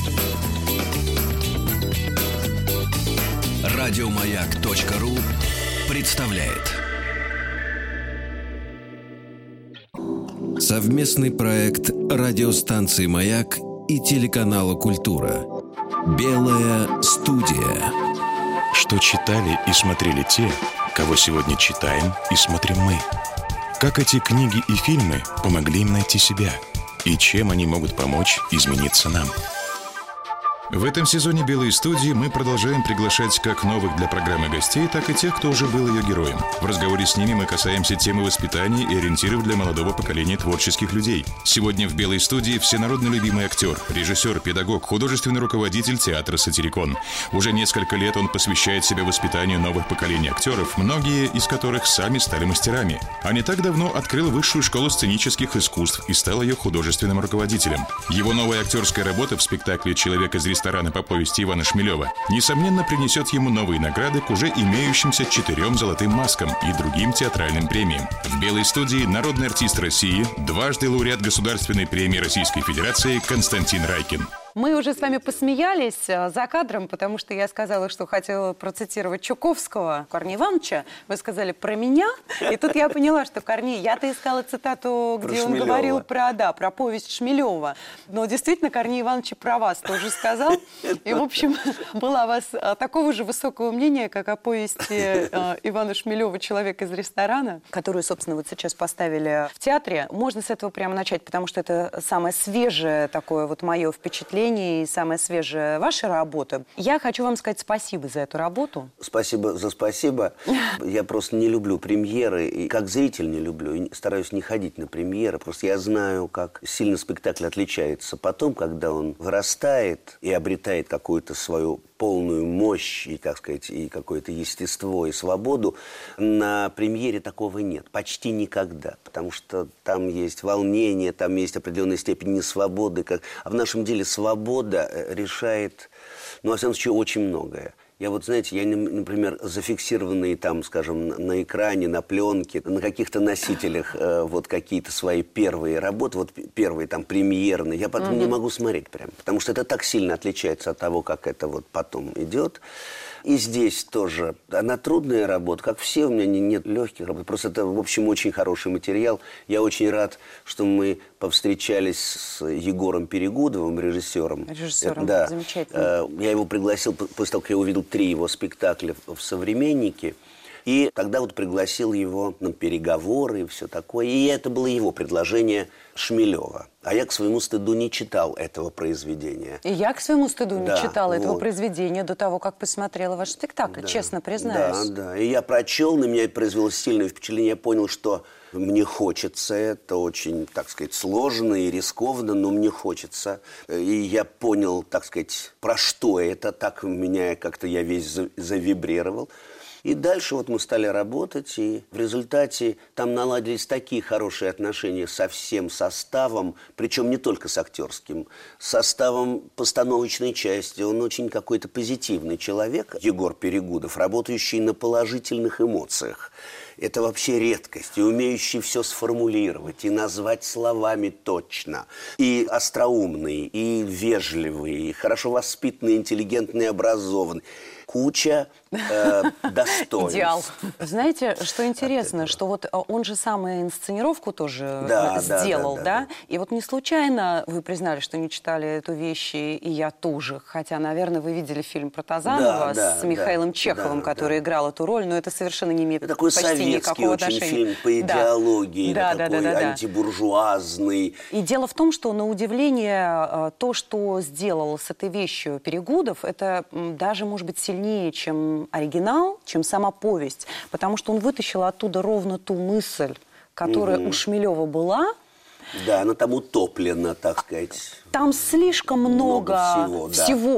Радиомаяк.ру представляет совместный проект радиостанции «Маяк» и телеканала «Культура». Белая студия. Что читали и смотрели те, кого сегодня читаем и смотрим мы? Как эти книги и фильмы помогли им найти себя? И чем они могут помочь измениться нам? В этом сезоне «Белой студии» мы продолжаем приглашать как новых для программы гостей, так и тех, кто уже был ее героем. В разговоре с ними мы касаемся темы воспитания и ориентиров для молодого поколения творческих людей. Сегодня в «Белой студии» всенародно любимый актер, режиссер, педагог, художественный руководитель театра «Сатирикон». Уже несколько лет он посвящает себя воспитанию новых поколений актеров, многие из которых сами стали мастерами. А не так давно открыл Высшую школу сценических искусств и стал ее художественным руководителем. Его новая актерская работа в спектакле «Человек из ресторана» по повести Ивана Шмелева, несомненно, принесет ему новые награды к уже имеющимся 4 золотым маскам и другим театральным премиям. В «Белой студии» народный артист России, дважды лауреат Государственной премии Российской Федерации Константин Райкин. Мы уже с вами посмеялись за кадром, потому что я сказала, что хотела процитировать Чуковского, Корнея Ивановича. Вы сказали про меня, и тут я поняла, что Корней... Я-то искала цитату, где он говорил про повесть Шмелева. Но действительно, Корней Иванович про вас тоже сказал. И, в общем, было о вас такого же высокого мнения, как о повести Ивана Шмелева «Человек из ресторана», которую, собственно, вот сейчас поставили в театре. Можно с этого прямо начать, потому что это самое свежее такое вот мое впечатление и самая свежая ваша работа. Я хочу вам сказать спасибо за эту работу. Спасибо за спасибо. Я просто не люблю премьеры, и как зритель не люблю, и стараюсь не ходить на премьеры. Просто я знаю, как сильно спектакль отличается потом, когда он вырастает и обретает какую-то свою полную мощь и, так сказать, и какое-то естество, и свободу. На премьере такого нет. Почти никогда. Потому что там есть волнение, там есть определенная степень несвободы. А в нашем деле свобода решает, ну, во всяком случае, очень многое. Я вот, знаете, я, например, зафиксированные там, скажем, на экране, на пленке, на каких-то носителях вот какие-то свои первые работы, вот первые там премьерные, я потом не могу смотреть прям, потому что это так сильно отличается от того, как это вот потом идет. И здесь тоже. Она трудная работа, как все, у меня нет легких работ. Просто это, в общем, очень хороший материал. Я очень рад, что мы повстречались с Егором Перегудовым, режиссером. Да. Замечательно. Я его пригласил, после того, как я увидел 3 его спектакля в «Современнике». И тогда вот пригласил его на переговоры и все такое. И это было его предложение Шмелева. А я, к своему стыду, не читал этого произведения. И я, к своему стыду, не читала этого произведения до того, как посмотрела ваш спектакль, честно признаюсь. Да. И я прочел, на меня произвело сильное впечатление. Я понял, что мне хочется это, очень, так сказать, сложно и рискованно, но мне хочется. И я понял, так сказать, про что это. Так у меня как-то я весь завибрировал. И дальше вот мы стали работать, и в результате там наладились такие хорошие отношения со всем составом, причем не только с актерским, с составом постановочной части. Он очень какой-то позитивный человек, Егор Перегудов, работающий на положительных эмоциях. Это вообще редкость, и умеющий все сформулировать, и назвать словами точно. И остроумный, и вежливый, и хорошо воспитанный, интеллигентный, образованный. Куча достоинств. Идеал. Знаете, что интересно, что вот он же самую инсценировку тоже сделал, да? И вот не случайно вы признали, что не читали эту вещь, и я тоже. Хотя, наверное, вы видели фильм Протазанова с Михаилом Чеховым, который играл эту роль, но это совершенно не имеет такой почти никакого советский отношения. очень фильм по идеологии, такой антибуржуазный. И дело в том, что, на удивление, то, что сделал с этой вещью Перегудов, это даже, может быть, сильнее, чем оригинал, чем сама повесть, потому что он вытащил оттуда ровно ту мысль, которая у Шмелева была. Да, она там утоплена, так сказать. Там слишком много всего.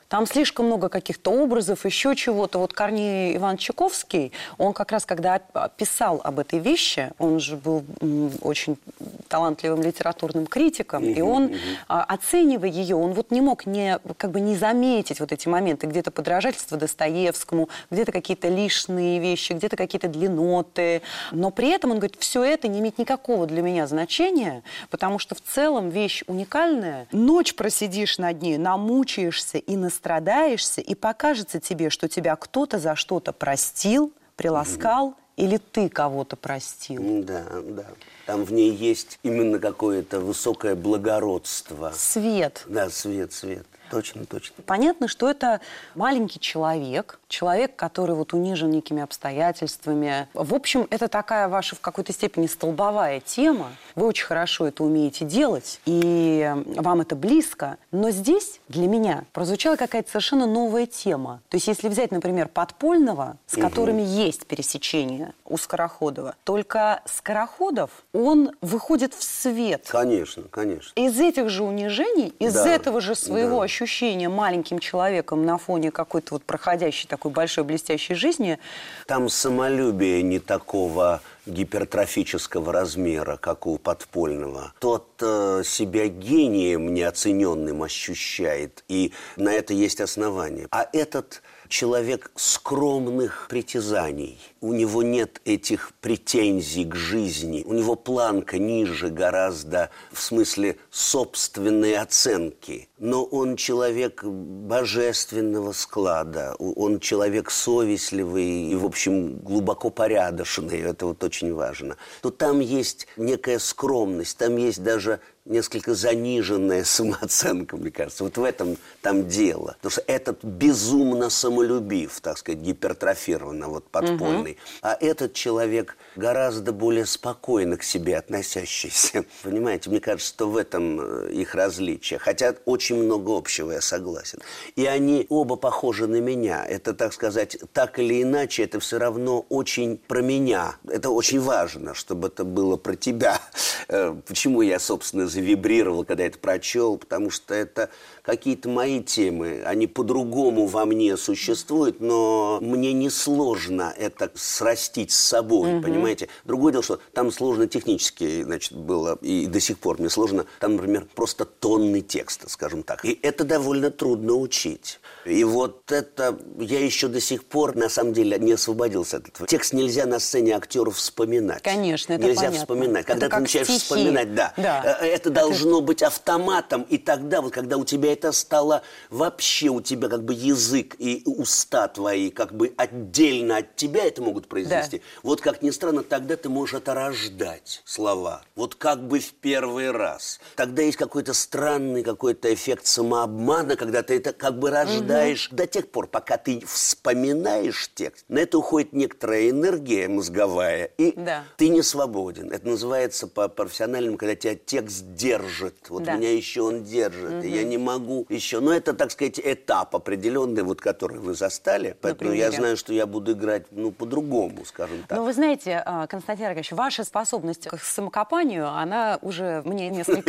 Там слишком много каких-то образов, еще чего-то. Вот Корней Иванович Чуковский, он как раз, когда писал об этой вещи, он же был очень талантливым литературным критиком, и он, оценивая ее, он вот не мог не заметить вот эти моменты, где-то подражательство Достоевскому, где-то какие-то лишние вещи, где-то какие-то длинноты. Но при этом он говорит, все это не имеет никакого для меня значения, потому что в целом вещь уникальная. Ночь просидишь над ней, намучаешься и настрадаешься, и покажется тебе, что тебя кто-то за что-то простил, приласкал, или ты кого-то простил. Да. Там в ней есть именно какое-то высокое благородство. Свет. Да, свет. Точно. Понятно, что это маленький человек, который вот унижен некими обстоятельствами. В общем, это такая ваша в какой-то степени столбовая тема. Вы очень хорошо это умеете делать, и вам это близко. Но здесь для меня прозвучала какая-то совершенно новая тема. То есть если взять, например, Подпольного, с которыми есть пересечение у Скороходова, только Скороходов, он выходит в свет. Конечно. Из этих же унижений, из этого же своего ощущения маленьким человеком на фоне какой-то вот проходящей такой большой блестящей жизни. Там самолюбие не такого гипертрофического размера, как у Подпольного. Тот себя гением неоцененным ощущает, и на это есть основания. А этот человек скромных притязаний. У него нет этих претензий к жизни. У него планка ниже гораздо в смысле собственной оценки. Но он человек божественного склада. Он человек совестливый и, в общем, глубоко порядочный. Это вот очень важно. То там есть некая скромность, там есть даже несколько заниженная самооценка, мне кажется. Вот в этом там дело. Потому что этот безумно самолюбив, так сказать, гипертрофированно, вот Подпольный. А этот человек гораздо более спокойно к себе относящийся. Понимаете, мне кажется, что в этом их различие. Хотя очень много общего, я согласен. И они оба похожи на меня. Это, так сказать, так или иначе, это все равно очень про меня. Это очень важно, чтобы это было про тебя. Почему я, собственно, завибрировал, когда это прочел, потому что это какие-то мои темы, они по-другому во мне существуют, но мне несложно это срастить с собой, понимаете? Другое дело, что там сложно технически, значит, было, и до сих пор мне сложно, там, например, просто тонны текста, скажем так. И это довольно трудно учить. И вот это я еще до сих пор, на самом деле, не освободился от этого. Текст нельзя на сцене актеров вспоминать. Конечно, это нельзя понятно. Вспоминать. Когда это ты начинаешь стихи. Вспоминать, это должно быть автоматом, и тогда, вот когда у тебя это стало вообще, у тебя как бы язык и уста твои как бы отдельно от тебя это могут произвести. Вот как ни странно, тогда ты можешь это рождать, слова. Вот как бы в первый раз. Тогда есть какой-то странный какой-то эффект самообмана, когда ты это как бы рождаешь до тех пор, пока ты вспоминаешь текст. На это уходит некоторая энергия мозговая, и ты не свободен. Это называется по-профессиональному, когда тебя текст держит. Вот меня еще он держит, и я не могу еще. Но это, так сказать, этап определенный, вот который вы застали. Поэтому я знаю, что я буду играть, по-другому, скажем так. Но вы знаете, Константин Аркадьевич, ваша способность к самокопанию, она уже мне несколько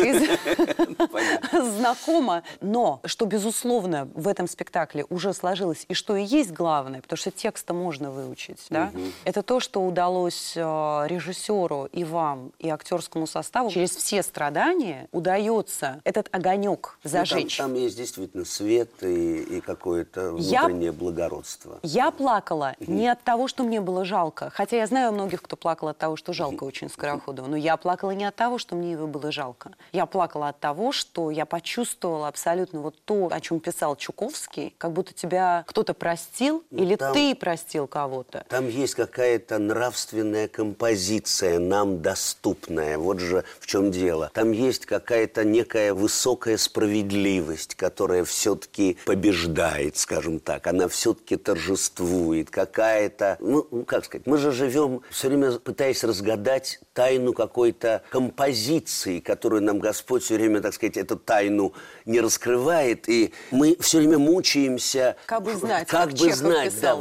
знакома. Но, что, безусловно, в этом спектакле уже сложилось, и что и есть главное, потому что текста можно выучить, да? Это то, что удалось режиссеру и вам, и актерскому составу через все страдания удается этот огонек зажечь. Там есть действительно свет и какое-то внутреннее благородство. Я плакала не от того, что мне было жалко. Хотя я знаю многих, кто плакал от того, что жалко очень Скороходова. Но я плакала не от того, что мне его было жалко. Я плакала от того, что я почувствовала абсолютно вот то, о чем писал Чуковский, как будто тебя кто-то простил или ты простил кого-то. Там есть какая-то нравственная композиция, нам доступная. Вот же в чем дело. Там есть какая-то некая высокая справедливость, которая все-таки побеждает, скажем так. Она все-таки торжествует. Какая-то, как сказать, мы же живем все время пытаясь разгадать тайну какой-то композиции, которую нам Господь все время, так сказать, эту тайну не раскрывает, и мы все время мучаемся. Как бы знать, как бы знать, писал,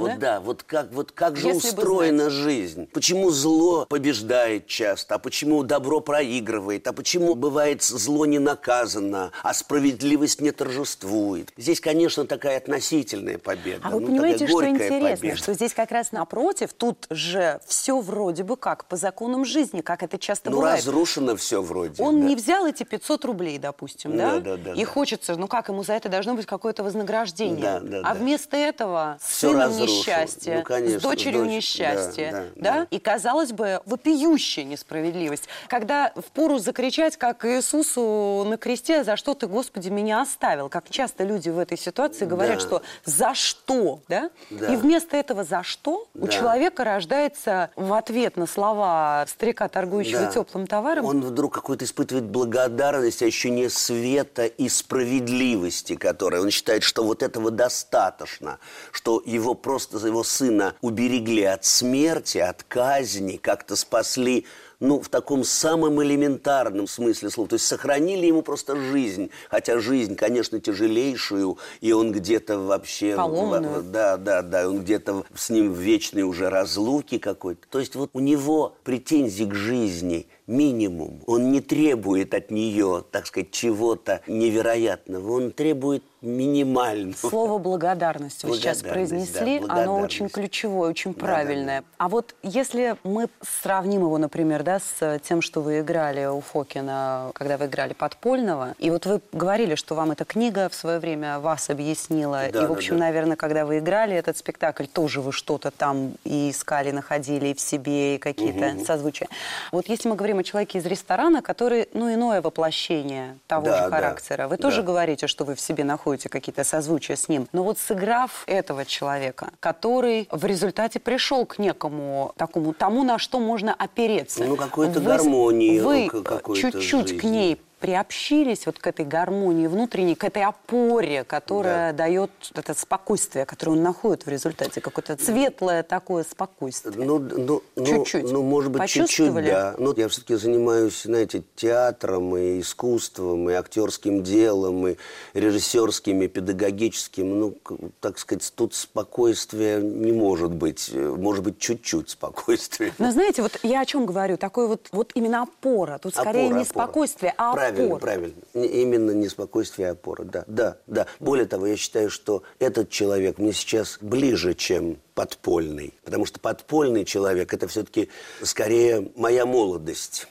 как же Если устроена жизнь. Почему зло побеждает часто, а почему добро проигрывает, а почему бывает зло не наказано, а справедливость не торжествует. Здесь, конечно, такая относительная победа. А вы понимаете, что интересно, победа. что здесь как раз напротив, тут же все вроде бы как по законам жизни, как это часто бывает. Разрушено все вроде. Он не взял эти 500 рублей, допустим, да? И да. хочется, как ему за это должно быть какое-то вознаграждение. Да. Вместо этого с Всё сыном разрушил. несчастье, Конечно, с дочерью несчастье, да? И, казалось бы, вопиющая несправедливость. Когда впору закричать, как Иисусу на кресте: «За что ты, Господи, меня оставил?» Как часто люди в этой ситуации говорят, что «за что?», да? И вместо этого «за что?» у человека рождается в ответ на слова старика, торгующего теплым товаром. Он вдруг какой-то испытывает благодарность, ощущение света и справедливости, которое он считает, что вот этого достаточно, что его просто, его сына уберегли от смерти, от казни, как-то спасли, в таком самом элементарном смысле слова. То есть сохранили ему просто жизнь. Хотя жизнь, конечно, тяжелейшую, и он где-то вообще... Поломанную. Да, он где-то с ним в вечной уже разлуке какой-то. То есть вот у него претензий к жизни минимум. Он не требует от нее, так сказать, чего-то невероятного. Он требует минимального. Слово «благодарность» вы сейчас произнесли, оно очень ключевое, очень правильное. А вот если мы сравним его, например, с тем, что вы играли у Фокина, когда вы играли Подпольного, и вот вы говорили, что вам эта книга в свое время вас объяснила, и, в общем, наверное, когда вы играли этот спектакль, тоже вы что-то там и искали, находили и в себе, и какие-то созвучия. Вот если мы говорим о человеке из ресторана, который, иное воплощение того же характера, вы тоже говорите, что вы в себе находите какие-то созвучия с ним. Но вот сыграв этого человека, который в результате пришел к некому такому, тому, на что можно опереться. Какой-то гармонии. Вы чуть-чуть к ней приобщились, вот к этой гармонии внутренней, к этой опоре, которая дает это спокойствие, которое он находит в результате, какое-то светлое такое спокойствие. Чуть-чуть. Может быть, чуть-чуть, да. Я все-таки занимаюсь, знаете, театром, и искусством, и актерским делом, и режиссерским, и педагогическим. Так сказать, тут спокойствия не может быть. Может быть, чуть-чуть спокойствия. Но знаете, вот я о чем говорю? Такой вот именно опора. Тут скорее не спокойствие, а опора. Правильно. Именно не спокойствие, а опора. Да. Более того, я считаю, что этот человек мне сейчас ближе, чем Подпольный. Потому что подпольный человек – это все-таки скорее моя молодость.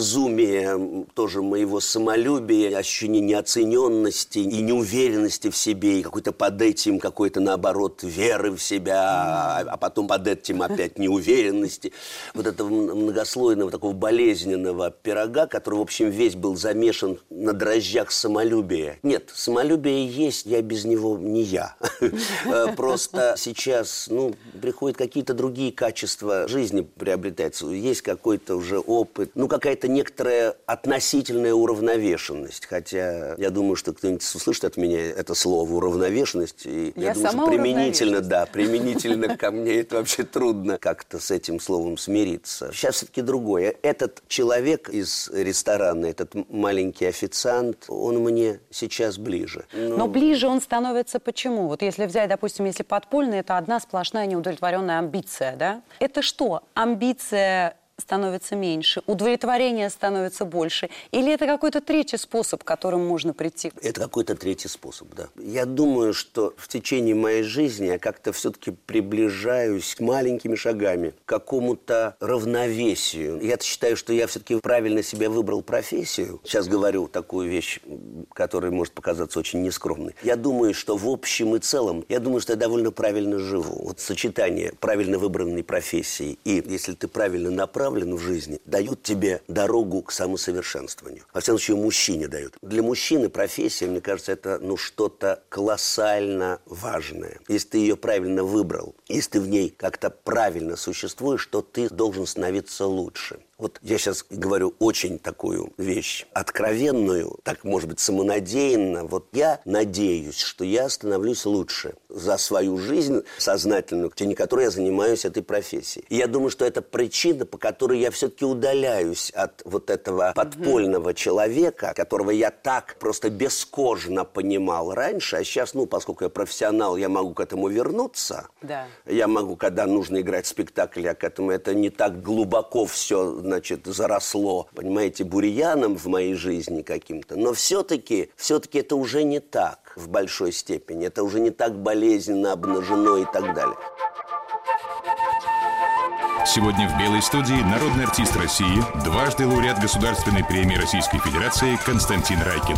Безумие тоже моего самолюбия, ощущение неоцененности и неуверенности в себе, и какой-то под этим, какой-то, наоборот, веры в себя, а потом под этим опять неуверенности. Вот этого многослойного, такого болезненного пирога, который, в общем, весь был замешан на дрожжах самолюбия. Нет, самолюбие есть, я без него не я. Просто сейчас, приходят какие-то другие качества жизни приобретаются. Есть какой-то уже опыт, какая-то некоторая относительная уравновешенность. Хотя я думаю, что кто-нибудь услышит от меня это слово «уравновешенность». И я думаю, что применительно ко мне это вообще трудно как-то с этим словом смириться. Сейчас все-таки другое. Этот человек из ресторана, этот маленький официант, он мне сейчас ближе. Но ближе он становится почему? Вот если взять, допустим, если Подпольный, это одна сплошная неудовлетворенная амбиция, да? Это что? Амбиция становится меньше, удовлетворение становится больше? Или это какой-то третий способ, к которому можно прийти? Это какой-то третий способ, да. Я думаю, что в течение моей жизни я как-то все-таки приближаюсь маленькими шагами к какому-то равновесию. Я считаю, что я все-таки правильно себе выбрал профессию. Сейчас говорю такую вещь, которая может показаться очень нескромной. Я думаю, что в общем и целом, я думаю, что я довольно правильно живу. Вот сочетание правильно выбранной профессии и, если ты правильно направлен в жизни, дают тебе дорогу к самосовершенствованию. Во всяком случае, мужчине дают. Для мужчины профессия, мне кажется, это что-то колоссально важное. Если ты ее правильно выбрал, если ты в ней как-то правильно существуешь, то ты должен становиться лучше. Вот я сейчас говорю очень такую вещь откровенную, так, может быть, самонадеянно. Вот я надеюсь, что я становлюсь лучше за свою жизнь сознательную, в течение которой я занимаюсь этой профессией. И я думаю, что это причина, по которой я все-таки удаляюсь от вот этого подпольного человека, которого я так просто бескожно понимал раньше, а сейчас, поскольку я профессионал, я могу к этому вернуться. Да. Я могу, когда нужно играть в спектакль, я к этому, это не так глубоко все, заросло, понимаете, бурьяном в моей жизни каким-то. Но все-таки это уже не так в большой степени. Это уже не так болезненно обнажено и так далее. Сегодня в «Белой студии» народный артист России, дважды лауреат Государственной премии Российской Федерации Константин Райкин.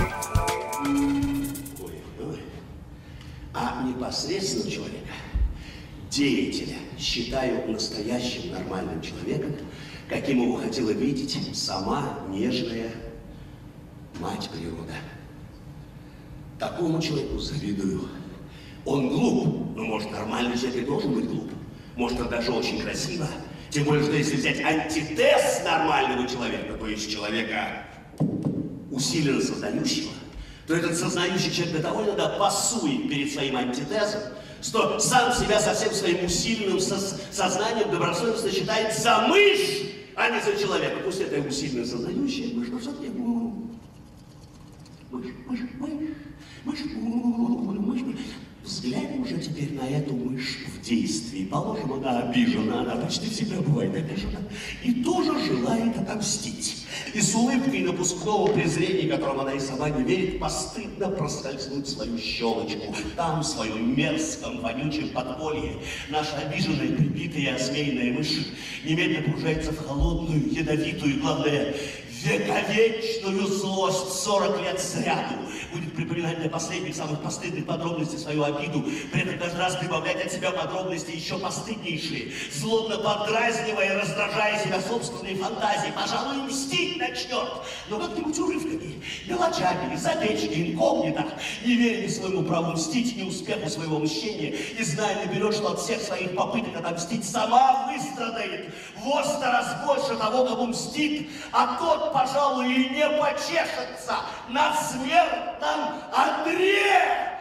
А непосредственно человека, деятеля, считаю настоящим нормальным человеком, каким его хотела видеть сама нежная мать природа. Такому человеку завидую. Он глуп, но, может, нормальный человек и должен быть глуп. Может, он даже очень красиво. Тем более, что если взять антитез нормального человека, то есть человека усиленно сознающего, то этот сознающий человек до того иногда пасует перед своим антитезом, что сам себя со всем своим усиленным сознанием добросовестно считает за мышь, а не за человека. Пусть это усиленно сознающая мышь, но все-таки мышь. Взглянем же теперь на эту мышь в действии. Положим, она обижена, она почти всегда бывает обижена, и тоже желает отомстить. И с улыбкой напускного презрения, которому она и сама не верит, постыдно проскользнуть свою щелочку. Там, в своем мерзком, вонючем подполье, наша обиженная, прибитая, осмеянная мышь немедленно погружается в холодную, ядовитую и, главное, вековечную злость 40 лет сряду. Будет припоминать для последних, самых постыдных подробностей свою обиду, при этом каждый раз прибавлять от себя подробности еще постыднейшие, злобно подразнивая и раздражая себя собственной фантазией. Пожалуй, мстить начнет, но как-нибудь урывками, мелочами, задечки, инкогнито, не веря ни своему праву мстить, ни успеху своего мщения, и зная наперед, что от всех своих попыток отомстить сама выстрадает во 100 раз больше того, кому мстит, а тот, пожалуй, и не почешется на смертном одре.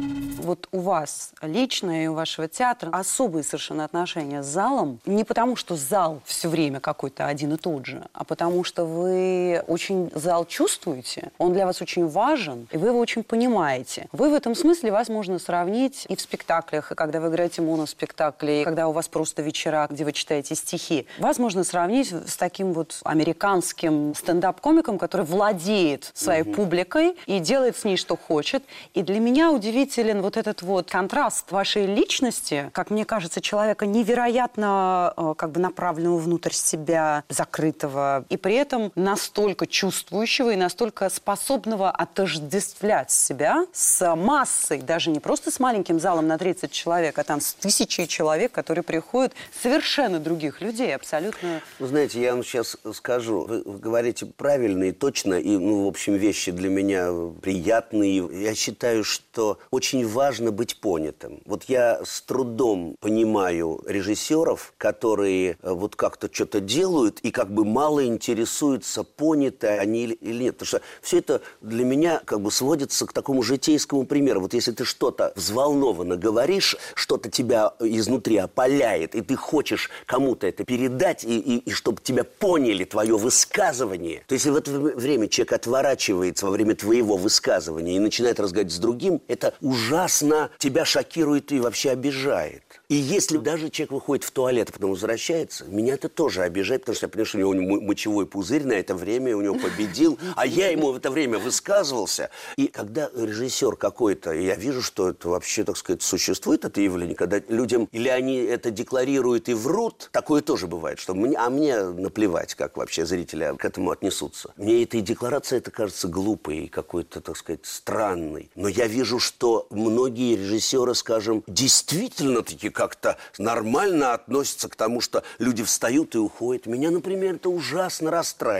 Вот у вас лично и у вашего театра особые совершенно отношения с залом. Не потому, что зал все время какой-то один и тот же, а потому что вы очень зал чувствуете, он для вас очень важен, и вы его очень понимаете. Вы в этом смысле, вас можно сравнить и в спектаклях, и когда вы играете моноспектакли, и когда у вас просто вечера, где вы читаете стихи. Вас можно сравнить с таким вот американским стендап-комиком, который владеет своей публикой и делает с ней, что хочет. И для меня удивителен вот этот вот контраст вашей личности, как мне кажется, человека невероятно направленного внутрь себя, закрытого, и при этом настолько чувствующего и настолько способного отождествлять себя с массой, даже не просто с маленьким залом на 30 человек, а там с 1000 человек, которые приходят, совершенно других людей, абсолютно... Вы знаете, я вам сейчас скажу, вы говорите правильно и точно, и, в общем, вещи для меня приятные. Я считаю, что очень важно быть понятым. Вот я с трудом понимаю режиссеров, которые вот как-то что-то делают и как бы мало интересуются, поняты они или нет. Потому что все это для меня как бы сводится к такому житейскому примеру. Вот если ты что-то взволнованно говоришь, что-то тебя изнутри опаляет, и ты хочешь кому-то это передать, и чтобы тебя поняли, твое высказывание, то если в это время человек отворачивается во время твоего высказывания и начинает разговаривать с другим, это ужасно тебя шокирует и вообще обижает. И если даже человек выходит в туалет, а потом возвращается, меня это тоже обижает, потому что я понимаю, что у него мочевой пузырь на это время, у него победил, а я ему в это время высказывался. И когда режиссер какой-то, я вижу, что это вообще, так сказать, существует, это явление, когда людям, или они это декларируют и врут, такое тоже бывает, что мне наплевать, как вообще зрители к этому отнесутся. Мне эта декларация, это кажется глупой и какой-то, так сказать, странной. Но я вижу, что многие режиссеры, скажем, действительно-таки как-то нормально относятся к тому, что люди встают и уходят. Меня, например, это ужасно расстраивает.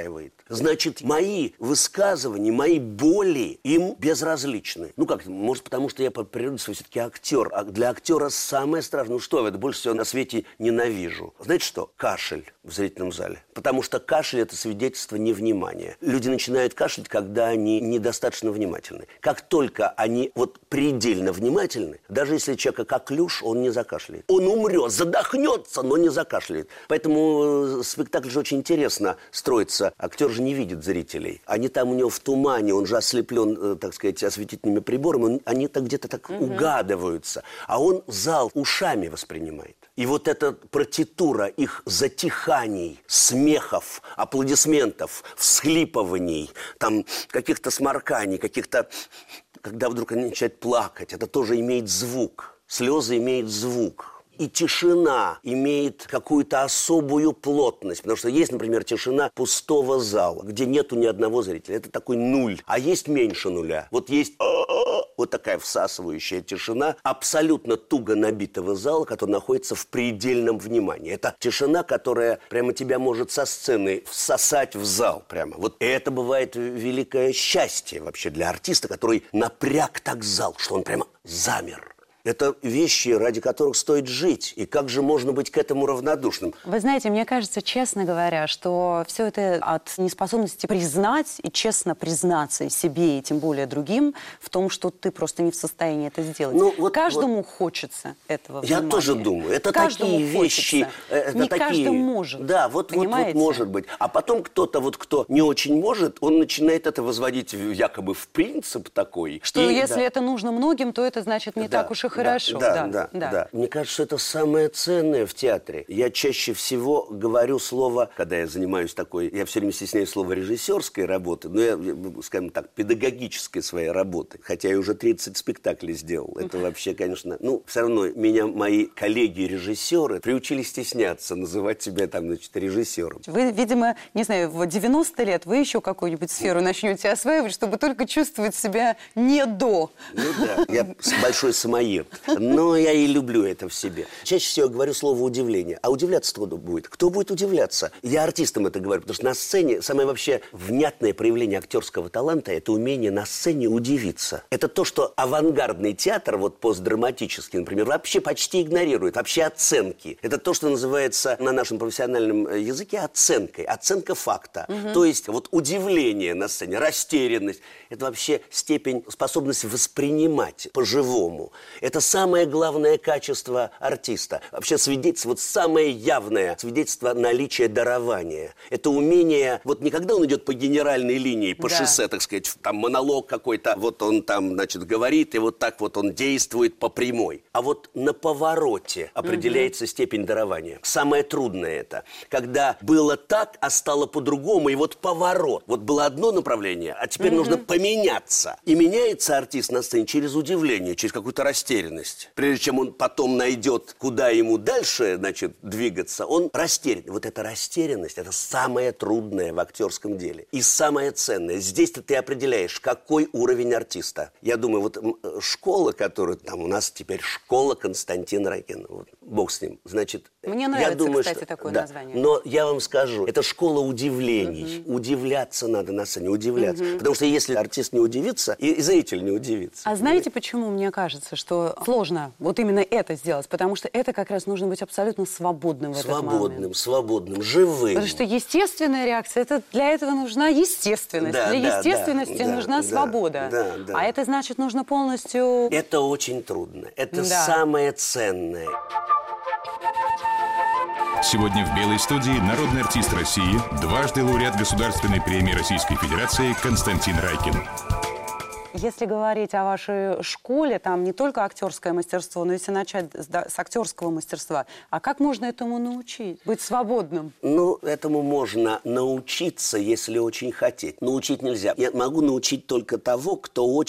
Значит, мои высказывания, мои боли им безразличны. Ну как, может, потому что я по природе своей все-таки актер. А для актера самое страшное, ну что, я это больше всего на свете ненавижу. Знаете что? Кашель в зрительном зале. Потому что кашель – это свидетельство невнимания. Люди начинают кашлять, когда они недостаточно внимательны. Как только они вот предельно внимательны, даже если человека коклюш, он не закашляет. Он умрет, задохнется, но не закашляет. Поэтому спектакль же очень интересно строится. Актер же не видит зрителей. Они там у него в тумане, он же ослеплен, так сказать, осветительными приборами. Они-то где-то так угадываются. А он зал ушами воспринимает. И вот эта партитура их затиханий, смехов, аплодисментов, всхлипываний, там каких-то сморканий, каких-то... Когда вдруг они начинают плакать, это тоже имеет звук. Слезы имеют звук. И тишина имеет какую-то особую плотность. Потому что есть, например, тишина пустого зала, где нету ни одного зрителя. Это такой нуль. А есть меньше нуля. Вот есть вот такая всасывающая тишина абсолютно туго набитого зала, который находится в предельном внимании. Это тишина, которая прямо тебя может со сцены всосать в зал прямо. Вот это бывает великое счастье вообще для артиста, который напряг так зал, что он прямо замер. Это вещи, ради которых стоит жить. И как же можно быть к этому равнодушным? Вы знаете, мне кажется, честно говоря, что все это от неспособности признать и честно признаться себе, и тем более другим, в том, что ты просто не в состоянии это сделать. Ну, вот, каждому хочется этого внимания. Я тоже думаю. Это каждому такие вещи. Это не такие... каждый может. Да, вот может быть. А потом кто-то, вот кто не очень может, он начинает это возводить якобы в принцип такой. Что если это нужно многим, то это значит не так уж и хорошо. Да. Мне кажется, что это самое ценное в театре. Я чаще всего говорю слово, когда я занимаюсь такой, я все время стесняюсь слова режиссерской работы, но я, скажем так, педагогической своей работы. Хотя я уже 30 спектаклей сделал. Это вообще, конечно, все равно меня мои коллеги-режиссеры приучили стесняться, называть себя там, значит, режиссером. Вы, видимо, не знаю, в 90 лет вы еще какую-нибудь сферу начнете осваивать, чтобы только чувствовать себя не до. Ну да, я большой самоед. Но я и люблю это в себе. Чаще всего я говорю слово «удивление». А удивляться кто будет? Кто будет удивляться? Я артистам это говорю, потому что на сцене самое вообще внятное проявление актерского таланта – это умение на сцене удивиться. Это то, что авангардный театр, вот постдраматический, например, вообще почти игнорирует. Вообще оценки. Это то, что называется на нашем профессиональном языке оценкой. Оценка факта. То есть вот удивление на сцене, растерянность. Это вообще степень способности воспринимать по-живому. Это самое главное качество артиста. Вообще свидетельство, вот самое явное свидетельство наличия дарования. Это умение, вот не когда он идет по генеральной линии, по шоссе, так сказать, там монолог какой-то, вот он там, значит, говорит, и вот так вот он действует по прямой. А вот на повороте определяется степень дарования. Самое трудное это, когда было так, а стало по-другому, и вот поворот. Вот было одно направление, а теперь нужно поменяться. И меняется артист на сцене через удивление, через какую-то растерянность. Прежде чем он потом найдет, куда ему дальше, значит, двигаться, он растерян. Вот эта растерянность, это самое трудное в актерском деле. И самое ценное. Здесь-то ты определяешь, какой уровень артиста. Я думаю, вот школа, которая там у нас теперь школа Константина Райкина. Вот, бог с ним. Значит, мне нравится, я думаю, кстати, что, такое название. Но я вам скажу, это школа удивлений. Удивляться надо на сцене, удивляться. Потому что если артист не удивится, и зритель не удивится. А знаете, почему мне кажется, что сложно вот именно это сделать? Потому что это как раз нужно быть абсолютно свободным в этот момент. Свободным, живым. Потому что естественная реакция, для этого нужна естественность. Для естественности нужна свобода. А это значит, нужно полностью... Это очень трудно. Это самое ценное. Сегодня в «Белой студии» народный артист России, дважды лауреат Государственной премии Российской Федерации Константин Райкин. Если говорить о вашей школе, там не только актерское мастерство, но если начать с актерского мастерства, а как можно этому научить? Быть свободным? Этому можно научиться, если очень хотеть. Научить нельзя. Я могу научить только того, кто очень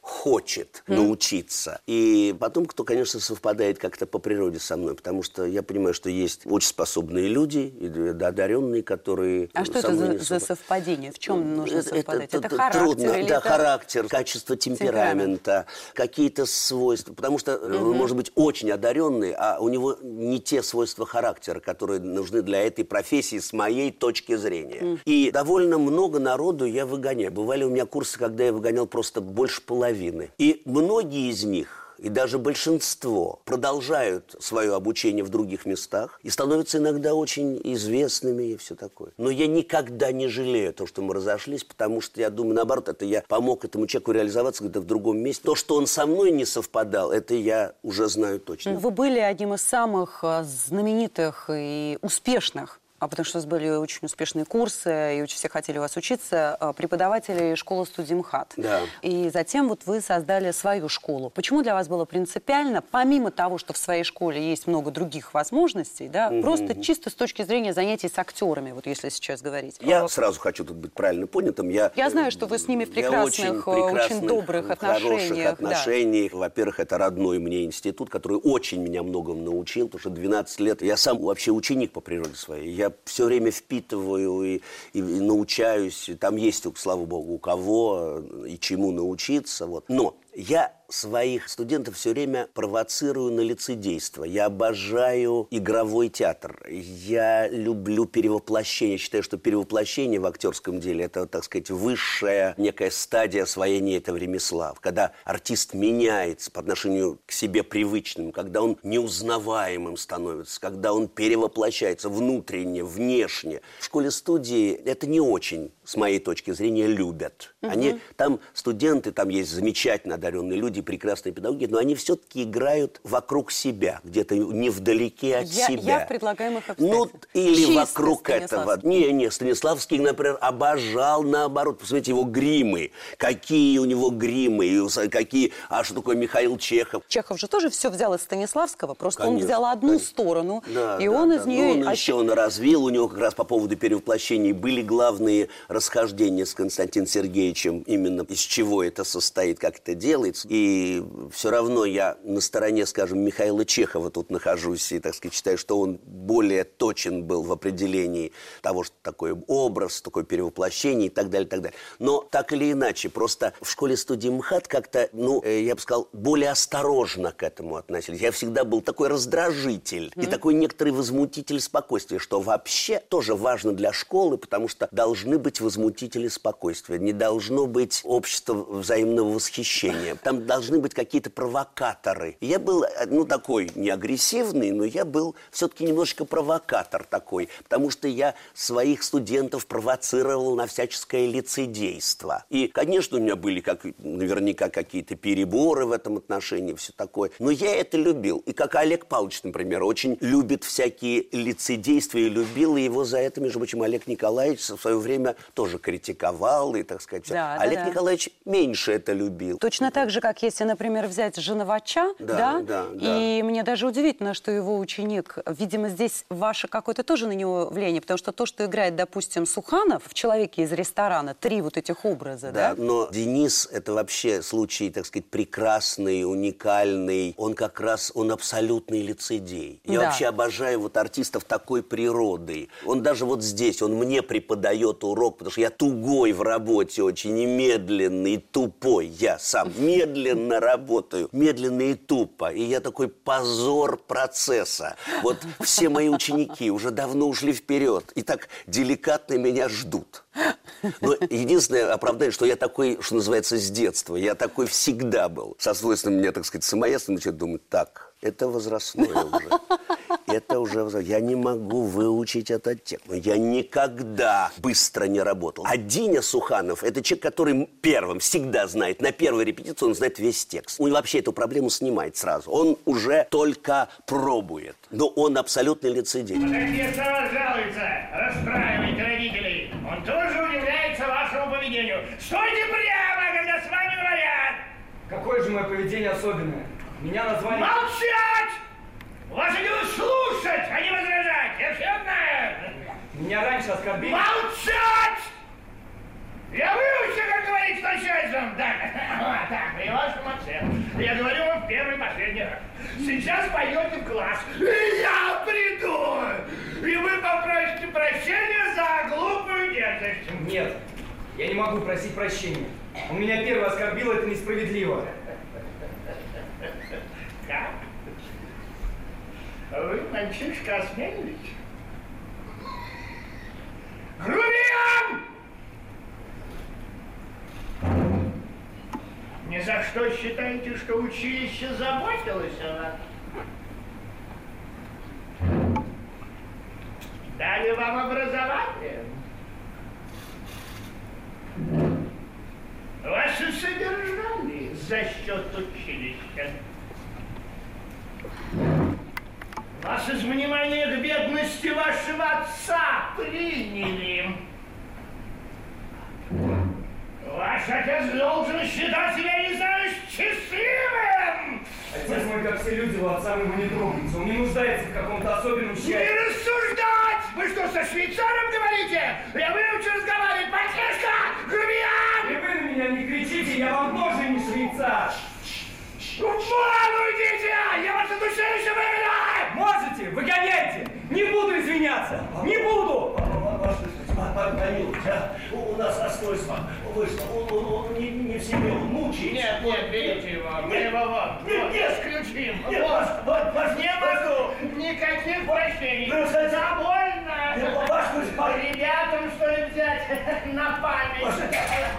хочет научиться. И потом, кто, конечно, совпадает как-то по природе со мной, потому что я понимаю, что есть очень способные люди, и одаренные, которые... А что это за совпадение? В чем нужно совпадать? Это характер? Трудно. Или да, это... характер, качество темперамента, какие-то свойства. Потому что он может быть очень одаренный, а у него не те свойства характера, которые нужны для этой профессии с моей точки зрения. И довольно много народу я выгоняю. Бывали у меня курсы, когда я выгонял просто больше половины. И многие из них, и даже большинство, продолжают свое обучение в других местах и становятся иногда очень известными и все такое. Но я никогда не жалею то, что мы разошлись, потому что я думаю, наоборот, это я помог этому человеку реализоваться где-то в другом месте. То, что он со мной не совпадал, это я уже знаю точно. Вы были одним из самых знаменитых и успешных, потому что у вас были очень успешные курсы, и очень все хотели у вас учиться, преподаватели школы-студии МХАТ. Да. И затем вот вы создали свою школу. Почему для вас было принципиально, помимо того, что в своей школе есть много других возможностей, да, просто чисто с точки зрения занятий с актерами, вот если сейчас говорить? Я сразу хочу тут быть правильно понятым. Я знаю, что вы с ними в прекрасных, очень добрых отношениях. Хороших отношениях. Да. Во-первых, это родной мне институт, который очень меня многому научил, потому что 12 лет я сам вообще ученик по природе своей. Я все время впитываю и научаюсь. Там есть, слава богу, у кого и чему научиться. Вот. Но я своих студентов все время провоцирую на лицедейство. Я обожаю игровой театр. Я люблю перевоплощение. Считаю, что перевоплощение в актерском деле – это, так сказать, высшая некая стадия освоения этого ремесла. Когда артист меняется по отношению к себе привычным, когда он неузнаваемым становится, когда он перевоплощается внутренне, внешне. В школе-студии это не очень, с моей точки зрения, любят. Они, там студенты, там есть замечательно одаренные люди, прекрасные педагоги, но они все-таки играют вокруг себя, где-то невдалеке от себя. Я в предлагаемых обстоятельствах. Ну, или вокруг этого. Не, Станиславский, например, обожал наоборот. Посмотрите, его гримы. Какие у него гримы, какие... А что такое Михаил Чехов? Чехов же тоже все взял из Станиславского, просто конечно, он взял одну сторону, и он из нее... Ну, он еще он развил, у него как раз по поводу перевоплощений были главные расхождения с Константином Сергеевичем, именно из чего это состоит, как это делается. И все равно я на стороне, скажем, Михаила Чехова тут нахожусь и, так сказать, считаю, что он более точен был в определении того, что такое образ, такое перевоплощение и так далее, и так далее. Но так или иначе, просто в школе-студии МХАТ как-то, я бы сказал, более осторожно к этому относились. Я всегда был такой раздражитель и такой некоторый возмутитель спокойствия, что вообще тоже важно для школы, потому что должны быть возмутители спокойствия, не должно быть общества взаимного восхищения. Там должны быть какие-то провокаторы. Я был, такой не агрессивный, но я был все-таки немножечко провокатор такой, потому что я своих студентов провоцировал на всяческое лицедейство. И, конечно, у меня были наверняка какие-то переборы в этом отношении, все такое. Но я это любил. И как Олег Павлович, например, очень любит всякие лицедействия и любил, и его за это, между прочим, Олег Николаевич в свое время тоже критиковал, и, так сказать, все. Да, Олег Николаевич меньше это любил. Точно так же, как если, например, взять Женовача, и мне даже удивительно, что его ученик, видимо, здесь ваше какое-то тоже на него влияние, потому что то, что играет, допустим, Суханов в «Человеке из ресторана», 3 вот этих образа, да? Но Денис, это вообще случай, так сказать, прекрасный, уникальный, он абсолютный лицедей. Я вообще обожаю артистов такой природы. Он даже здесь, он мне преподает урок, потому что я тугой в работе очень, и медленный, и тупой. Я сам медленно работаю, медленно и тупо. И я такой позор процесса. Все мои ученики уже давно ушли вперед и так деликатно меня ждут. Но единственное оправдание, что я такой, что называется, с детства. Я такой всегда был. Со свойственным мне, так сказать, самоедством начинаю думать, так, это возрастное уже. Это уже... Я не могу выучить этот текст. Я никогда быстро не работал. А Диня Суханов – это человек, который первым всегда знает. На первой репетиции он знает весь текст. Он вообще эту проблему снимает сразу. Он уже только пробует. Но он абсолютно лицедей. Отец вас жалуется. Расстраиваете родителей. Он тоже удивляется вашему поведению. Стойте прямо, когда с вами говорят. Какое же мое поведение особенное? Меня назвали... Молчать! Ваше дело слушать, а не возражать. Я все знаю. Меня раньше оскорбили... Молчать! Я выучу, как говорить с начальством. Так, при вашем отце. Я говорю вам в первый и последний раз. Сейчас пойдете в класс. И я приду. И вы попросите прощения за глупую дерзость. Нет, я не могу просить прощения. Он меня первый оскорбил, это несправедливо. Как? Вы, мальчишка, осмелились? Грубиян! Ни за что считаете, что училище заботилось о вас? Дали вам образование? Вас и содержали за счет училища. Вас из внимания к бедности вашего отца приняли. Ваш отец должен считать себя, не знаю, счастливым! Отец мой, как все люди, у отца его не трогается. Он не нуждается в каком-то особенном счастье. Не рассуждать! Вы что, со швейцаром говорите? Я выучу разговаривать, мальчишка! Грубиян! И вы на меня не кричите, я вам тоже не швейцар. Вон уйдите! Я вас от училища выгоняю! Можете, выгоняйте! Не буду извиняться! Не буду! Помилуйте, у нас расстройство вышло, он не в себе, он мучается. Нет, берите его, мы его вон, исключим. Нет, ваш Не могу, никаких прощений. Довольно. Ребятам что ли взять на память?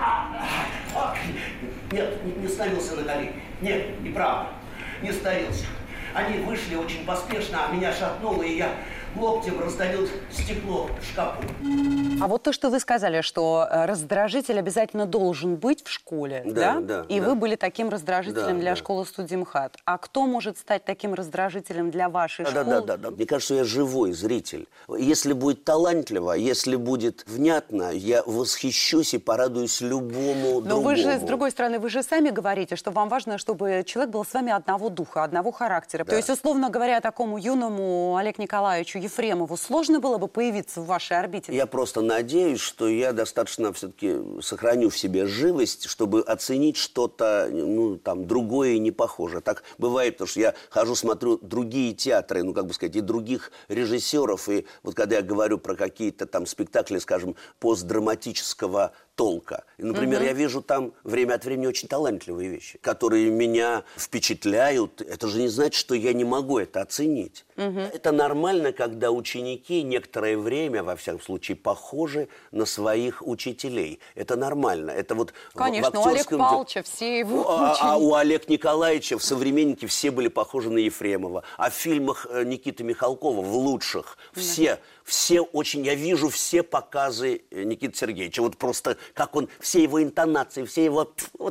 Нет, не становился на колени. Нет, неправда, не становился. Они вышли очень поспешно, а меня шатнуло, и я локтем раздавил стекло в шкафу. А вот то, что вы сказали, что раздражитель обязательно должен быть в школе, да? Да, И да. вы были таким раздражителем для школы-студии МХАТ. А кто может стать таким раздражителем для вашей школы? Да. Мне кажется, я живой зритель. Если будет талантливо, если будет внятно, я восхищусь и порадуюсь любому Но другому. вы же, с другой стороны, вы же сами говорите, что вам важно, чтобы человек был с вами одного духа, одного характера. То есть, условно говоря, такому юному Олегу Николаевичу Ефремову сложно было бы появиться в вашей орбите? Я просто надеюсь, что я достаточно все-таки сохраню в себе живость, чтобы оценить что-то, другое и не похожее. Так бывает, потому что я хожу, смотрю другие театры, и других режиссеров. И вот когда я говорю про какие-то там спектакли, скажем, постдраматического толка. И, например, я вижу там время от времени очень талантливые вещи, которые меня впечатляют. Это же не значит, что я не могу это оценить. Это нормально, когда ученики некоторое время, во всяком случае, похожи на своих учителей. Это нормально. Это вот Конечно, у Олега Павловича все его ученики. А у Олега Николаевича в «Современнике» все были похожи на Ефремова. А в фильмах Никиты Михалкова, в лучших, все очень... Я вижу все показы Никиты Сергеевича. Вот просто как он... Все его интонации, все его...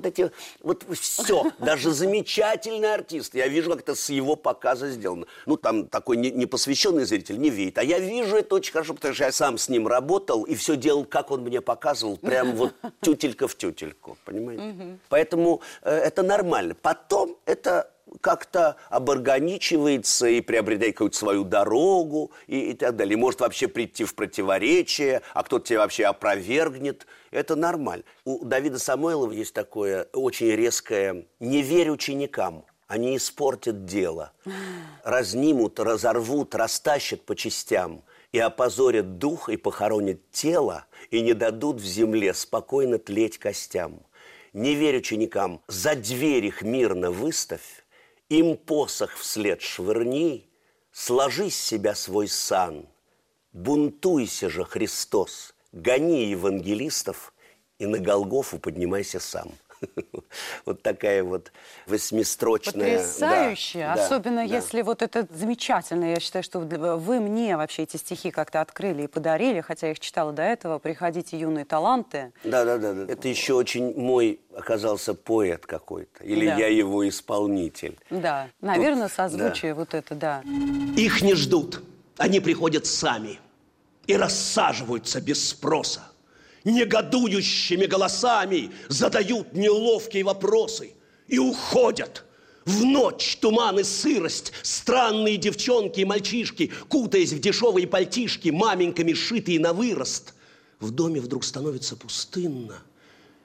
все. Даже замечательный артист. Я вижу, как это с его показа сделано. Там такой непосвященный зритель не видит. А я вижу это очень хорошо, потому что я сам с ним работал и все делал, как он мне показывал. Прям вот тютелька в тютельку. Понимаете? Поэтому это нормально. Потом это... как-то оборганичивается и приобретает какую-то свою дорогу и так далее. И может вообще прийти в противоречие, а кто-то тебя вообще опровергнет. Это нормально. У Давида Самойлова есть такое очень резкое «не верь ученикам». Они испортят дело, разнимут, разорвут, растащат по частям и опозорят дух, и похоронят тело, и не дадут в земле спокойно тлеть костям. Не верь ученикам, за дверь их мирно выставь, им посох вслед швырни, сложи с себя свой сан, бунтуйся же, Христос, гони евангелистов и на Голгофу поднимайся сам. Вот такая вот восьмистрочная... Потрясающе. Особенно если вот это замечательно. Я считаю, что вы мне вообще эти стихи как-то открыли и подарили, хотя я их читала до этого. «Приходите, юные таланты». Да. Это еще очень мой оказался поэт какой-то. Или я его исполнитель. Да, наверное, созвучие вот это, да. Их не ждут. Они приходят сами и рассаживаются без спроса. Негодующими голосами задают неловкие вопросы и уходят. В ночь, туман и сырость, странные девчонки и мальчишки, кутаясь в дешевые пальтишки, маменьками шитые на вырост. В доме вдруг становится пустынно,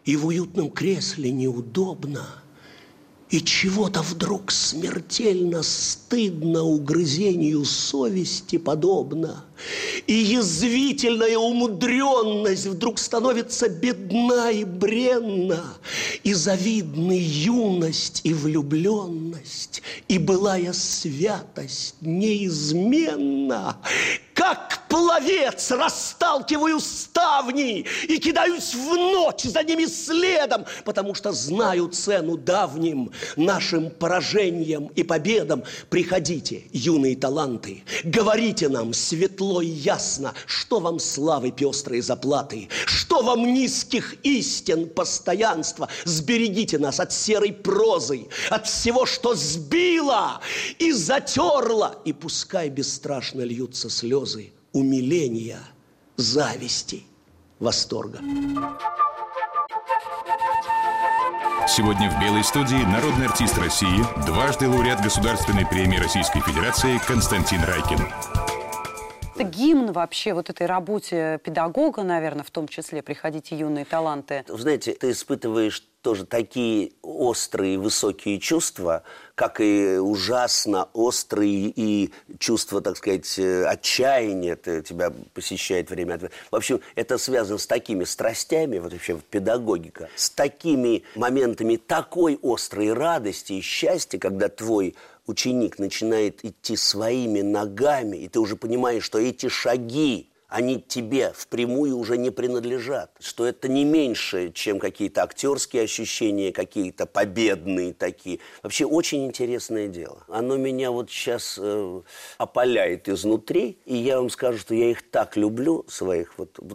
и в уютном кресле неудобно, и чего-то вдруг смертельно стыдно угрызению совести подобно, и язвительная умудренность вдруг становится бедна и бренна, и завидны юность и влюбленность, и былая святость неизменна. Как пловец расталкиваю ставни и кидаюсь в ночь за ними следом, потому что знаю цену давним нашим поражениям и победам. Приходите, юные таланты, говорите нам светло и ясно, что вам славы пестрые заплаты, что вам низких истин постоянства. Сберегите нас от серой прозы, от всего, что сбило и затерло, и пускай бесстрашно льются слезы умиления, зависти, восторга. Сегодня в «Белой студии» народный артист России, дважды лауреат Государственной премии Российской Федерации Константин Райкин. Это гимн вообще вот этой работе педагога, наверное, в том числе «Приходите, юные таланты». Знаете, ты испытываешь тоже такие острые, высокие чувства, как и ужасно острые и чувства, так сказать, отчаяния тебя посещает время от времени. В общем, это связано с такими страстями, вот вообще педагогика, с такими моментами такой острой радости и счастья, когда твой ученик начинает идти своими ногами, и ты уже понимаешь, что эти шаги, они тебе впрямую уже не принадлежат, что это не меньше, чем какие-то актерские ощущения, какие-то победные такие. Вообще очень интересное дело. Оно меня вот сейчас опаляет изнутри, и я вам скажу, что я их так люблю, своих,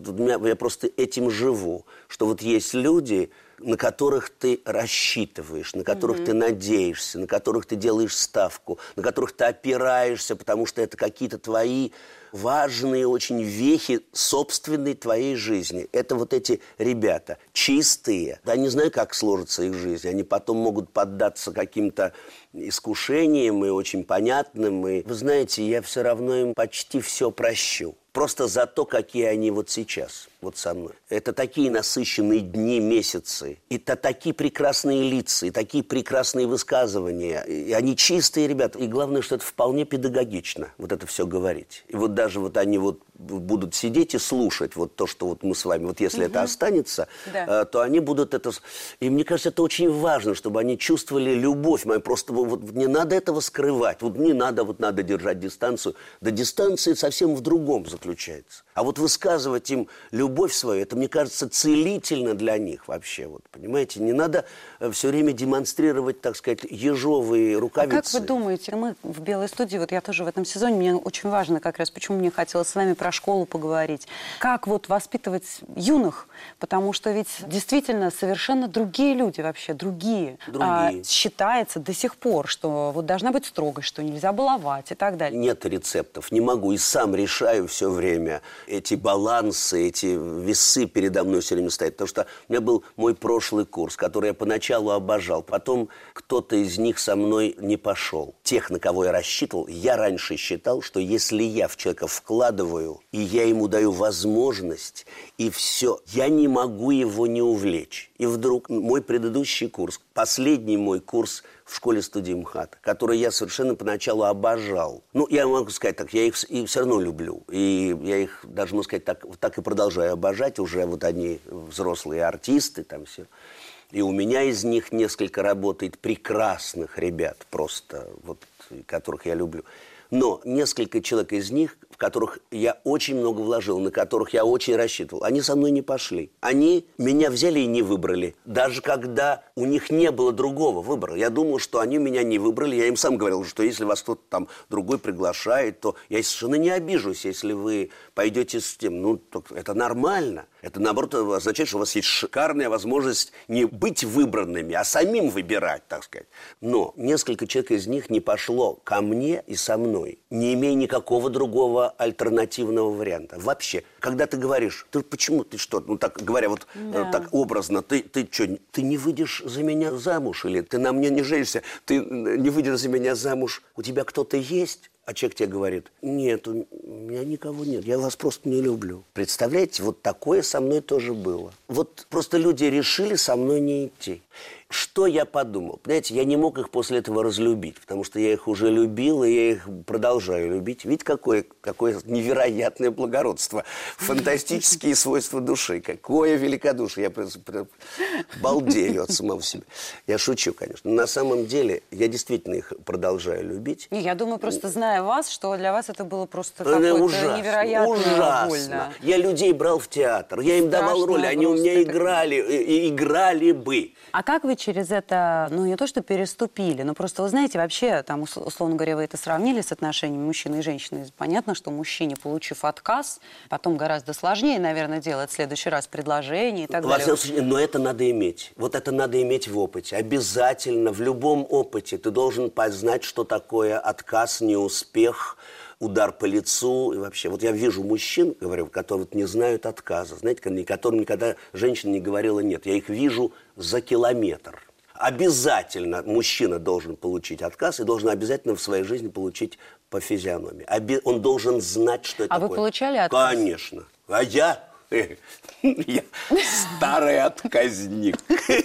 я просто этим живу, что вот есть люди, на которых ты рассчитываешь, на которых ты надеешься, на которых ты делаешь ставку, на которых ты опираешься, потому что это какие-то твои важные очень вехи собственной твоей жизни. Это вот эти ребята чистые. Я не знаю, как сложится их жизнь. Они потом могут поддаться каким-то искушениям и очень понятным. И, вы знаете, я все равно им почти все прощу. Просто за то, какие они вот сейчас, вот со мной. Это такие насыщенные дни, месяцы. Это такие прекрасные лица, и такие прекрасные высказывания. И они чистые ребята. И главное, что это вполне педагогично, вот это все говорить. И вот даже вот они вот будут сидеть и слушать вот то, что вот мы с вами, вот если это останется, то они будут это... И мне кажется, это очень важно, чтобы они чувствовали любовь мою. Просто вот не надо этого скрывать. Вот не надо, вот надо держать дистанцию. Да дистанция совсем в другом заключается. А вот высказывать им любовь свою, это, мне кажется, целительно для них вообще. Вот, понимаете, не надо все время демонстрировать, так сказать, ежовые рукавицы. А как вы думаете, мы в «Белой студии», вот я тоже в этом сезоне, мне очень важно как раз, почему мне хотелось с вами про школу поговорить. Как вот воспитывать юных? Потому что ведь действительно совершенно другие люди вообще, другие. Считается до сих пор, что вот должна быть строгость, что нельзя баловать и так далее. Нет рецептов, не могу, и сам решаю все время. Эти балансы, эти весы передо мной все время стоят. Потому что у меня был мой прошлый курс, который я поначалу обожал. Потом кто-то из них со мной не пошел. Тех, на кого я рассчитывал, я раньше считал, что если я в человека вкладываю, и я ему даю возможность, и все, я не могу его не увлечь. И вдруг мой предыдущий курс, последний мой курс в школе-студии МХАТа, который я совершенно поначалу обожал. Ну, я могу сказать так, я их и все равно люблю. И я их, даже можно сказать, так и продолжаю обожать. Уже вот они взрослые артисты, там все. И у меня из них несколько работает прекрасных ребят, просто вот, которых я люблю. Но несколько человек из них, в которых я очень много вложил, на которых я очень рассчитывал, они со мной не пошли. Они меня взяли и не выбрали. Даже когда у них не было другого выбора. Я думал, что они меня не выбрали. Я им сам говорил, что если вас кто-то там другой приглашает, то я совершенно не обижусь, если вы пойдете с тем. Ну, это нормально. Это, наоборот, означает, что у вас есть шикарная возможность не быть выбранными, а самим выбирать, так сказать. Но несколько человек из них не пошло ко мне и со мной, не имея никакого другого альтернативного варианта. Вообще, когда ты говоришь, почему ты что, ну так говоря вот так образно, ты что, ты не выйдешь за меня замуж, или ты на мне не женишься, ты не выйдешь за меня замуж, у тебя кто-то есть? А человек тебе говорит: нет, у меня никого нет, я вас просто не люблю. Представляете, вот такое со мной тоже было. Вот просто люди решили со мной не идти. Что я подумал? Понимаете, я не мог их после этого разлюбить, потому что я их уже любил, и я их продолжаю любить. Видите, какое невероятное благородство, фантастические свойства души, какое великодушие. Я просто балдею от самого себя. Я шучу, конечно. Но на самом деле я действительно их продолжаю любить. Я думаю, просто зная вас, что для вас это было просто какое-то невероятно больно. Я людей брал в театр, я им давал роли, они у меня играли бы. А как вы через это, не то что переступили, но просто, вы знаете, вообще, там, условно говоря, вы это сравнили с отношениями мужчины и женщины. Понятно, что мужчине, получив отказ, потом гораздо сложнее, наверное, делать в следующий раз предложение и так далее. Во всяком случае, но это надо иметь. Вот это надо иметь в опыте. Обязательно, в любом опыте ты должен познать, что такое отказ, неуспех, удар по лицу и вообще. Вот я вижу мужчин, говорю, которые не знают отказа, знаете, которым никогда женщина не говорила нет. Я их вижу за километр. Обязательно мужчина должен получить отказ и должен обязательно в своей жизни получить по физиономии. Он должен знать, что это такое. А вы получали отказ? Конечно. А я старый отказник.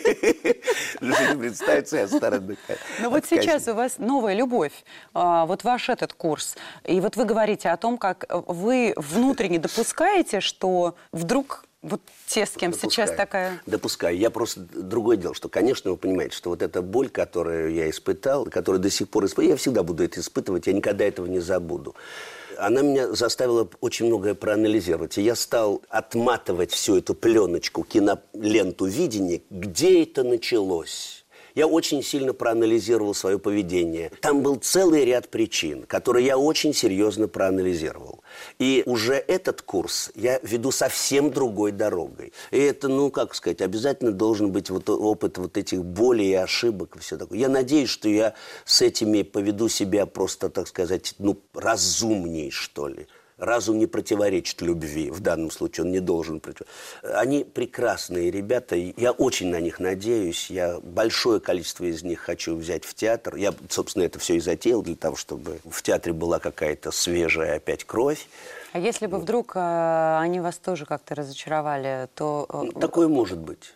Представьте, я старый отказник. Но вот сейчас у вас новая любовь, вот ваш этот курс. И вот вы говорите о том, как вы внутренне допускаете, что вдруг вот те, с кем сейчас такая... Допускаю. Я просто другое дело, что, конечно, вы понимаете, что вот эта боль, которую я испытал, которую до сих пор испытываю, я всегда буду это испытывать, я никогда этого не забуду. Она меня заставила очень многое проанализировать. И я стал отматывать всю эту пленочку, киноленту видения, где это началось. Я очень сильно проанализировал свое поведение. Там был целый ряд причин, которые я очень серьезно проанализировал. И уже этот курс я веду совсем другой дорогой. И это, обязательно должен быть вот опыт вот этих болей и ошибок и все такое. Я надеюсь, что я с этими поведу себя просто, разумней, что ли. Разум не противоречит любви, в данном случае он не должен противоречить. Они прекрасные ребята, я очень на них надеюсь, я большое количество из них хочу взять в театр. Я, собственно, это все и затеял для того, чтобы в театре была какая-то свежая опять кровь. А если бы вдруг они вас тоже как-то разочаровали, то... Такое может быть.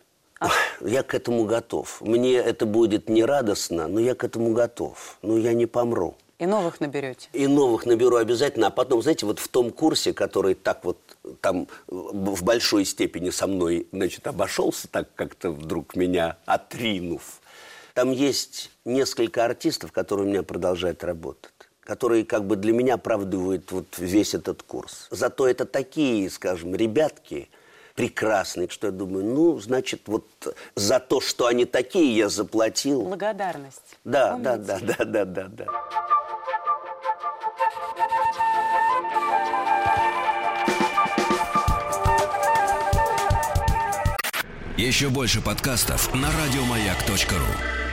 Я к этому готов. Мне это будет не радостно, но я к этому готов. Но я не помру. И новых наберете? И новых наберу обязательно. А потом, знаете, вот в том курсе, который так вот там в большой степени со мной, обошелся, так как-то вдруг меня отринув, там есть несколько артистов, которые у меня продолжают работать, которые для меня оправдывают вот весь этот курс. Зато это такие, скажем, ребятки прекрасные, что я думаю, вот за то, что они такие, я заплатил. Благодарность. Да. Еще больше подкастов на радиомаяк.ру.